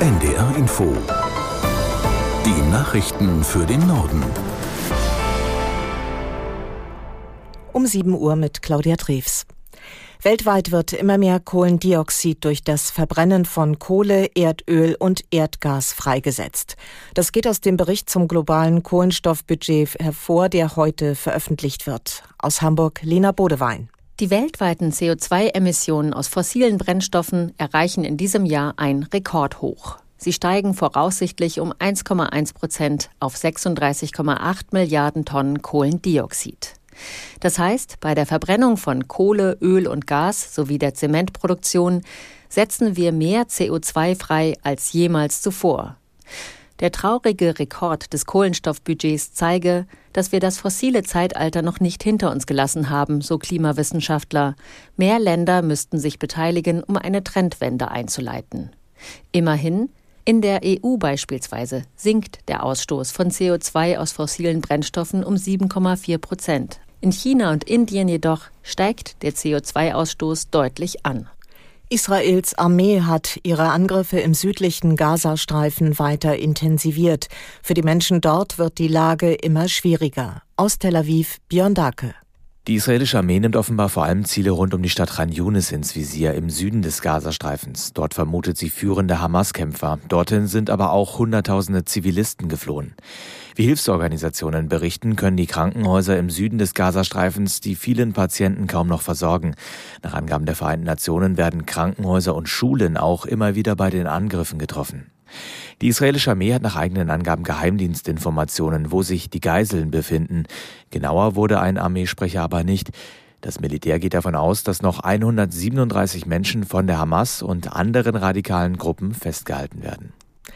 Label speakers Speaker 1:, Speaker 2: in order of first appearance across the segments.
Speaker 1: NDR Info. Die Nachrichten für den Norden.
Speaker 2: Um 7 Uhr mit Claudia Treves. Weltweit wird immer mehr Kohlendioxid durch das Verbrennen von Kohle, Erdöl und Erdgas freigesetzt. Das geht aus dem Bericht zum globalen Kohlenstoffbudget hervor, der heute veröffentlicht wird. Aus Hamburg, Lena Bodewein.
Speaker 3: Die weltweiten CO2-Emissionen aus fossilen Brennstoffen erreichen in diesem Jahr ein Rekordhoch. Sie steigen voraussichtlich um 1,1% auf 36,8 Milliarden Tonnen Kohlendioxid. Das heißt, bei der Verbrennung von Kohle, Öl und Gas sowie der Zementproduktion setzen wir mehr CO2 frei als jemals zuvor. Der traurige Rekord des Kohlenstoffbudgets zeige, dass wir das fossile Zeitalter noch nicht hinter uns gelassen haben, so Klimawissenschaftler. Mehr Länder müssten sich beteiligen, um eine Trendwende einzuleiten. Immerhin, in der EU beispielsweise sinkt der Ausstoß von CO2 aus fossilen Brennstoffen um 7,4%. In China und Indien jedoch steigt der CO2-Ausstoß deutlich an.
Speaker 2: Israels Armee hat ihre Angriffe im südlichen Gazastreifen weiter intensiviert. Für die Menschen dort wird die Lage immer schwieriger. Aus Tel Aviv, Björn Dake.
Speaker 4: Die israelische Armee nimmt offenbar vor allem Ziele rund um die Stadt Khan Yunis ins Visier im Süden des Gazastreifens. Dort vermutet sie führende Hamas-Kämpfer. Dorthin sind aber auch Hunderttausende Zivilisten geflohen. Wie Hilfsorganisationen berichten, können die Krankenhäuser im Süden des Gazastreifens die vielen Patienten kaum noch versorgen. Nach Angaben der Vereinten Nationen werden Krankenhäuser und Schulen auch immer wieder bei den Angriffen getroffen. Die israelische Armee hat nach eigenen Angaben Geheimdienstinformationen, wo sich die Geiseln befinden. Genauer wurde ein Armeesprecher aber nicht. Das Militär geht davon aus, dass noch 137 Menschen von der Hamas und anderen radikalen Gruppen festgehalten werden.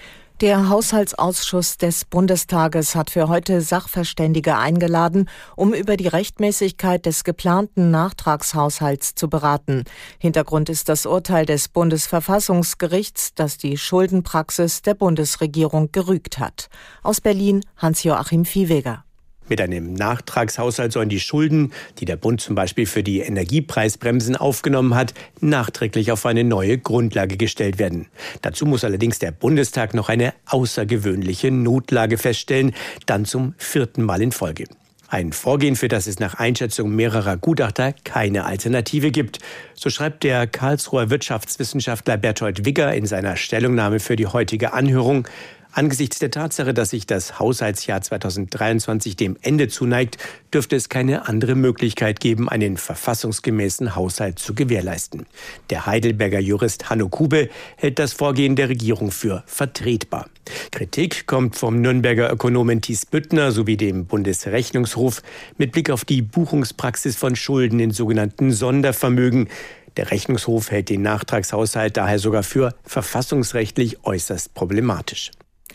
Speaker 2: Der Haushaltsausschuss des Bundestages hat für heute Sachverständige eingeladen, um über die Rechtmäßigkeit des geplanten Nachtragshaushalts zu beraten. Hintergrund ist das Urteil des Bundesverfassungsgerichts, das die Schuldenpraxis der Bundesregierung gerügt hat. Aus Berlin, Hans-Joachim Viehweger.
Speaker 5: Mit einem Nachtragshaushalt sollen die Schulden, die der Bund zum Beispiel für die Energiepreisbremsen aufgenommen hat, nachträglich auf eine neue Grundlage gestellt werden. Dazu muss allerdings der Bundestag noch eine außergewöhnliche Notlage feststellen, dann zum 4. Mal in Folge. Ein Vorgehen, für das es nach Einschätzung mehrerer Gutachter keine Alternative gibt. So schreibt der Karlsruher Wirtschaftswissenschaftler Berthold Wigger in seiner Stellungnahme für die heutige Anhörung. Angesichts der Tatsache, dass sich das Haushaltsjahr 2023 dem Ende zuneigt, dürfte es keine andere Möglichkeit geben, einen verfassungsgemäßen Haushalt zu gewährleisten. Der Heidelberger Jurist Hanno Kube hält das Vorgehen der Regierung für vertretbar. Kritik kommt vom Nürnberger Ökonomen Thies Büttner sowie dem Bundesrechnungshof mit Blick auf die Buchungspraxis von Schulden in sogenannten Sondervermögen. Der Rechnungshof hält den Nachtragshaushalt daher sogar für verfassungsrechtlich äußerst problematisch.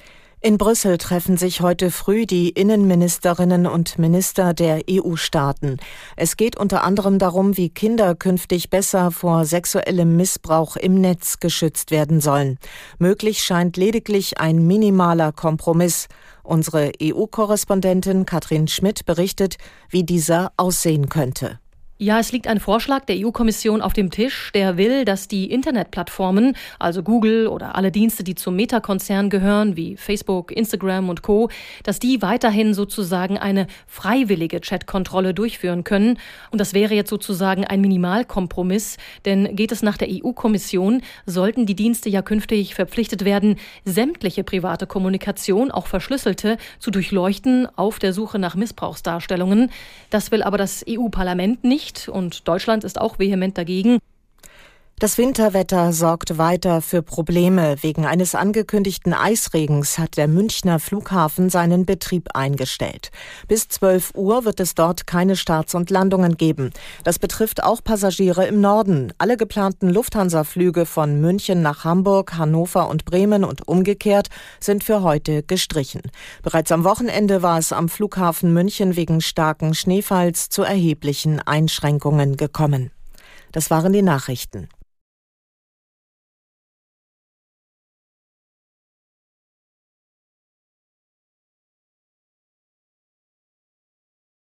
Speaker 2: In Brüssel treffen sich heute früh die Innenministerinnen und Minister der EU-Staaten. Es geht unter anderem darum, wie Kinder künftig besser vor sexuellem Missbrauch im Netz geschützt werden sollen. Möglich scheint lediglich ein minimaler Kompromiss. Unsere EU-Korrespondentin Katrin Schmidt berichtet, wie dieser aussehen könnte.
Speaker 6: Ja, es liegt ein Vorschlag der EU-Kommission auf dem Tisch, der will, dass die Internetplattformen, also Google oder alle Dienste, die zum Meta-Konzern gehören, wie Facebook, Instagram und Co., dass die weiterhin sozusagen eine freiwillige Chatkontrolle durchführen können. Und das wäre jetzt sozusagen ein Minimalkompromiss, denn geht es nach der EU-Kommission, sollten die Dienste ja künftig verpflichtet werden, sämtliche private Kommunikation, auch verschlüsselte, zu durchleuchten auf der Suche nach Missbrauchsdarstellungen. Das will aber das EU-Parlament nicht. Und Deutschland ist auch vehement dagegen.
Speaker 2: Das Winterwetter sorgt weiter für Probleme. Wegen eines angekündigten Eisregens hat der Münchner Flughafen seinen Betrieb eingestellt. Bis 12 Uhr wird es dort keine Starts und Landungen geben. Das betrifft auch Passagiere im Norden. Alle geplanten Lufthansa-Flüge von München nach Hamburg, Hannover und Bremen und umgekehrt sind für heute gestrichen. Bereits am Wochenende war es am Flughafen München wegen starken Schneefalls zu erheblichen Einschränkungen gekommen. Das waren die Nachrichten.